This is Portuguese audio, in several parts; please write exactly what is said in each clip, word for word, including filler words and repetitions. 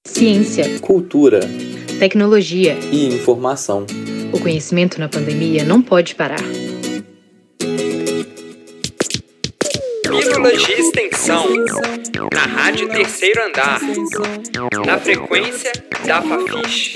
Ciência, cultura, tecnologia e informação. O conhecimento na pandemia não pode parar. Pílulas de extensão, na Rádio Terceiro Andar, na frequência da Fafiche.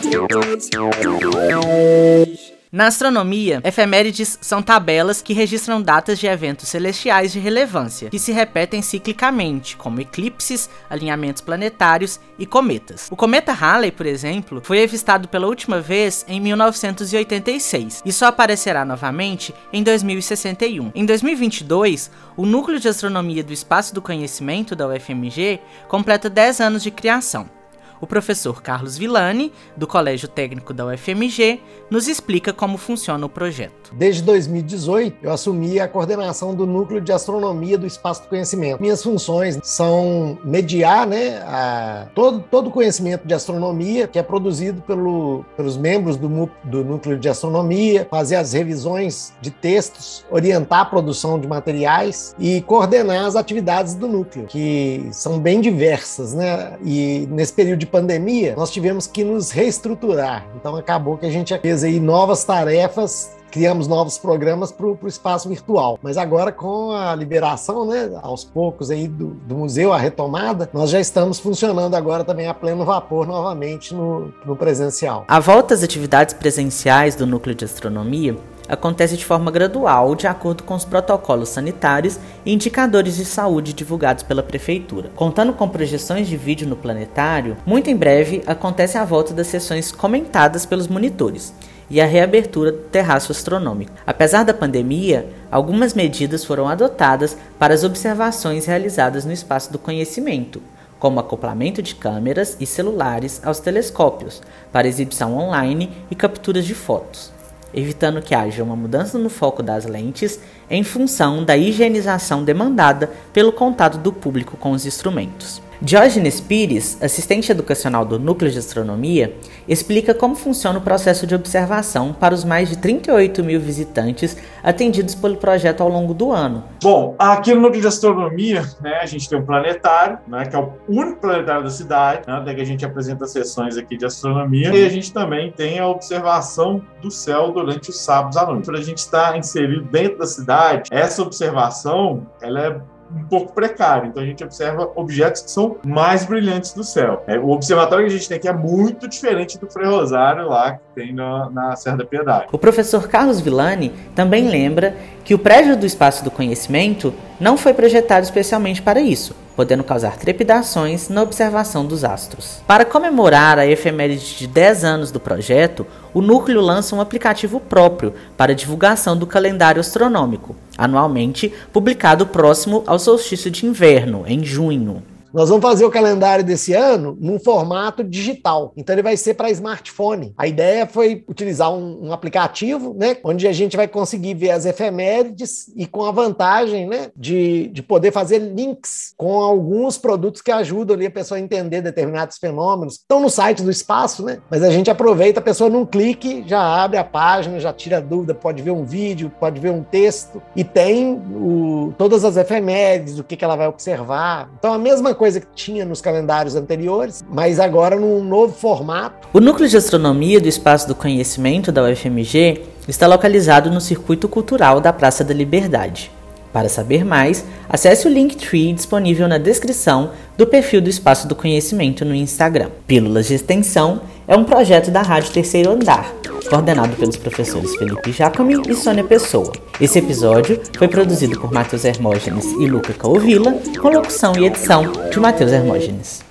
Na astronomia, efemérides são tabelas que registram datas de eventos celestiais de relevância, que se repetem ciclicamente, como eclipses, alinhamentos planetários e cometas. O cometa Halley, por exemplo, foi avistado pela última vez em mil novecentos e oitenta e seis e só aparecerá novamente em dois mil e sessenta e um. Em dois mil e vinte e dois, o Núcleo de Astronomia do Espaço do Conhecimento da U F M G completa dez anos de criação. O professor Carlos Villani, do Colégio Técnico da U F M G, nos explica como funciona o projeto. Desde dois mil e dezoito, eu assumi a coordenação do Núcleo de Astronomia do Espaço do Conhecimento. Minhas funções são mediar, né, a, todo, todo o conhecimento de astronomia que é produzido pelo, pelos membros do, do Núcleo de Astronomia, fazer as revisões de textos, orientar a produção de materiais e coordenar as atividades do Núcleo, que são bem diversas, né? E nesse período de pandemia, nós tivemos que nos reestruturar. Então acabou que a gente fez aí novas tarefas, criamos novos programas para o espaço virtual. Mas agora, com a liberação, né, aos poucos aí do, do museu, a retomada, nós já estamos funcionando agora também a pleno vapor novamente no, no presencial. A volta às atividades presenciais do Núcleo de Astronomia acontece de forma gradual, de acordo com os protocolos sanitários e indicadores de saúde divulgados pela Prefeitura. Contando com projeções de vídeo no planetário, muito em breve acontece a volta das sessões comentadas pelos monitores e a reabertura do terraço astronômico. Apesar da pandemia, algumas medidas foram adotadas para as observações realizadas no espaço do conhecimento, como acoplamento de câmeras e celulares aos telescópios, para exibição online e capturas de fotos, evitando que haja uma mudança no foco das lentes em função da higienização demandada pelo contato do público com os instrumentos. Diógenes Pires, assistente educacional do Núcleo de Astronomia, explica como funciona o processo de observação para os mais de trinta e oito mil visitantes atendidos pelo projeto ao longo do ano. Bom, aqui no Núcleo de Astronomia, né, a gente tem um planetário, né, que é o único planetário da cidade, né, até que a gente apresenta sessões aqui de astronomia, e a gente também tem a observação do céu durante os sábados à noite. Para a gente estar inserido dentro da cidade, essa observação, ela é um pouco precário, então a gente observa objetos que são mais brilhantes do céu. É, o observatório que a gente tem aqui é muito diferente do Frei Rosário lá que tem na, na Serra da Piedade. O professor Carlos Villani também lembra que o prédio do Espaço do Conhecimento não foi projetado especialmente para isso, podendo causar trepidações na observação dos astros. Para comemorar a efeméride de dez anos do projeto, o Núcleo lança um aplicativo próprio para divulgação do calendário astronômico, anualmente publicado próximo ao solstício de inverno, em junho. Nós vamos fazer o calendário desse ano num formato digital. Então ele vai ser para smartphone. A ideia foi utilizar um, um aplicativo, né, onde a gente vai conseguir ver as efemérides e com a vantagem, né, de, de poder fazer links com alguns produtos que ajudam ali a pessoa a entender determinados fenômenos. Estão no site do espaço, né? Mas a gente aproveita, a pessoa num clique já abre a página, já tira dúvida, pode ver um vídeo, pode ver um texto e tem o, todas as efemérides, o que, que ela vai observar. Então a mesma coisa que tinha nos calendários anteriores, mas agora num novo formato. O Núcleo de Astronomia do Espaço do Conhecimento da U F M G está localizado no Circuito Cultural da Praça da Liberdade. Para saber mais, acesse o Linktree disponível na descrição do perfil do Espaço do Conhecimento no Instagram. Pílulas de Extensão é um projeto da Rádio Terceiro Andar, coordenado pelos professores Felipe Jacome e Sônia Pessoa. Esse episódio foi produzido por Matheus Hermógenes e Luca Caovilla, com locução e edição de Matheus Hermógenes.